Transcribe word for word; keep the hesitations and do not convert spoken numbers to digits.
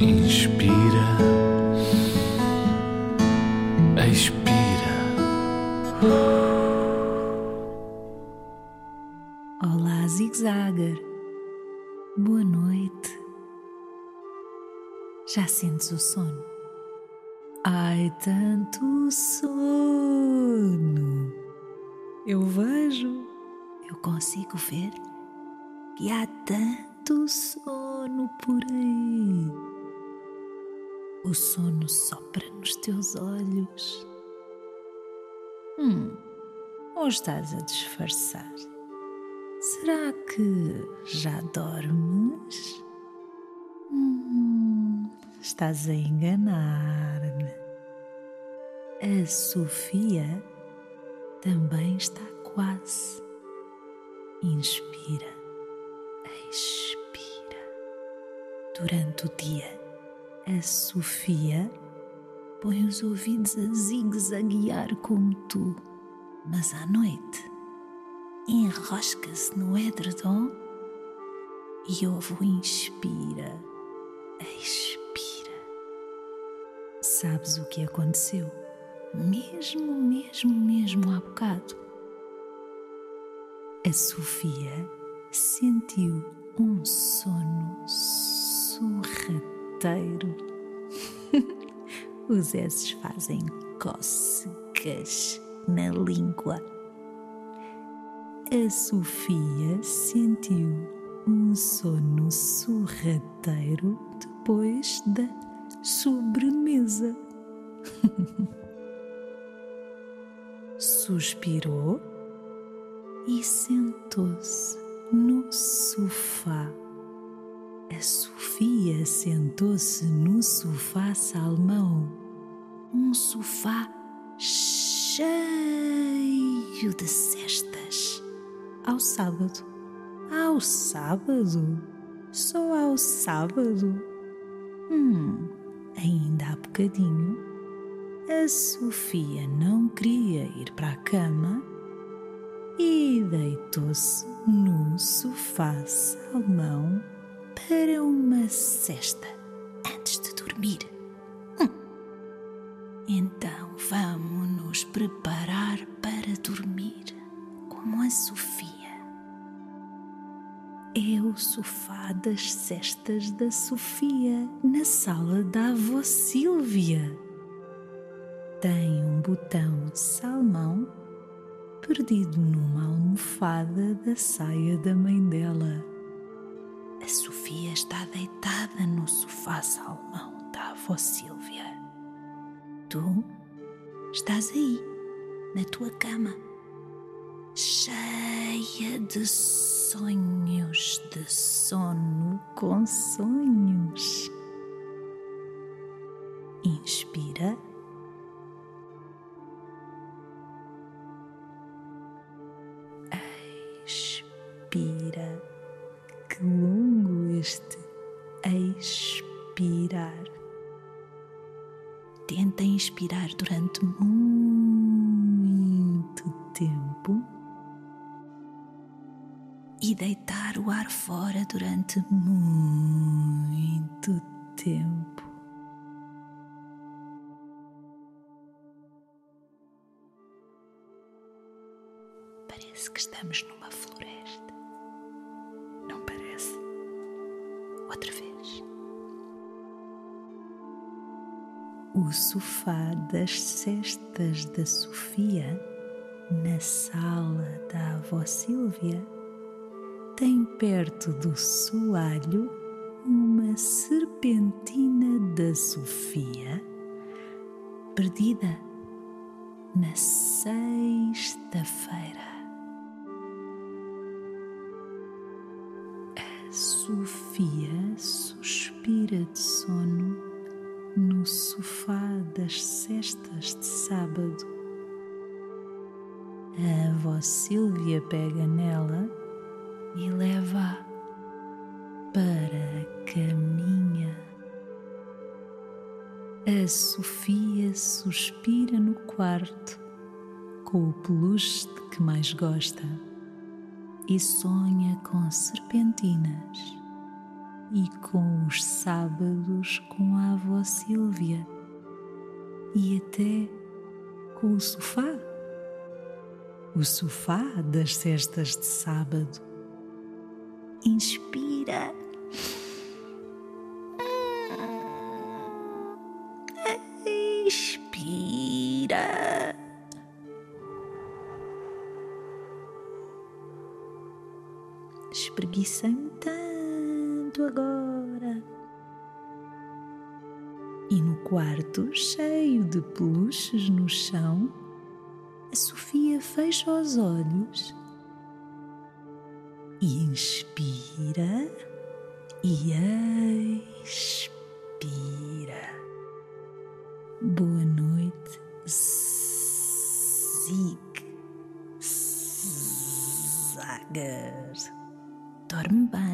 Inspira, expira. Olá, Zigzagger. Boa noite. Já sentes o sono? Ai, tanto sono. Eu vejo, eu consigo ver que há tanto sono por aí. O sono sopra nos teus olhos. Hum, ou estás a disfarçar? Será que já dormes? Hum, estás a enganar-me. A Sofia também está quase. Inspira, expira. Durante o dia, a Sofia põe os ouvidos a zigue-zaguear como tu, mas à noite enrosca-se no edredom e ouve o inspira, expira. Sabes o que aconteceu? Mesmo, mesmo, mesmo há bocado. A Sofia sentiu um sono sorrateiro. Os esses fazem cócegas na língua. A Sofia sentiu um sono sorrateiro depois da sobremesa. Suspirou e sentou-se no sofá. A Sofia sentou-se no sofá salmão, um sofá cheio de cestas. Ao sábado, ao sábado, só ao sábado. Hum, ainda há bocadinho, a Sofia não queria ir para a cama e deitou-se no sofá salmão para uma cesta antes de dormir. Hum. Então vamos nos preparar para dormir como a Sofia. É o sofá das cestas da Sofia na sala da avó Sílvia. Tem um botão salmão perdido numa almofada da saia da mãe dela. A Sofia está deitada no sofá salmão da avó Sílvia. Tu estás aí, na tua cama, cheia de sonhos, de sono com sonhos. Inspira. Expira. Que longo este expirar. Tenta inspirar durante muito tempo e deitar o ar fora durante muito tempo. Parece que estamos numa floresta. Não parece? Outra vez. O sofá das cestas da Sofia, na sala da avó Sílvia, tem perto do soalho uma serpentina da Sofia, perdida na sexta-feira. A Sofia suspira de sono no sofá das cestas de sábado. A avó Sílvia pega nela e leva-a para a caminha. A Sofia suspira no quarto com o peluche de que mais gosta e sonha com serpentinas e com os sábados com a avó Sílvia e até com o sofá. O sofá das cestas de sábado. Inspira. Expira. Espreguiçei-me tanto agora. E no quarto, cheio de peluches no chão, a Sofia fecha os olhos e inspira e expira. Boa noite, Zig Zagger. Dorme bem.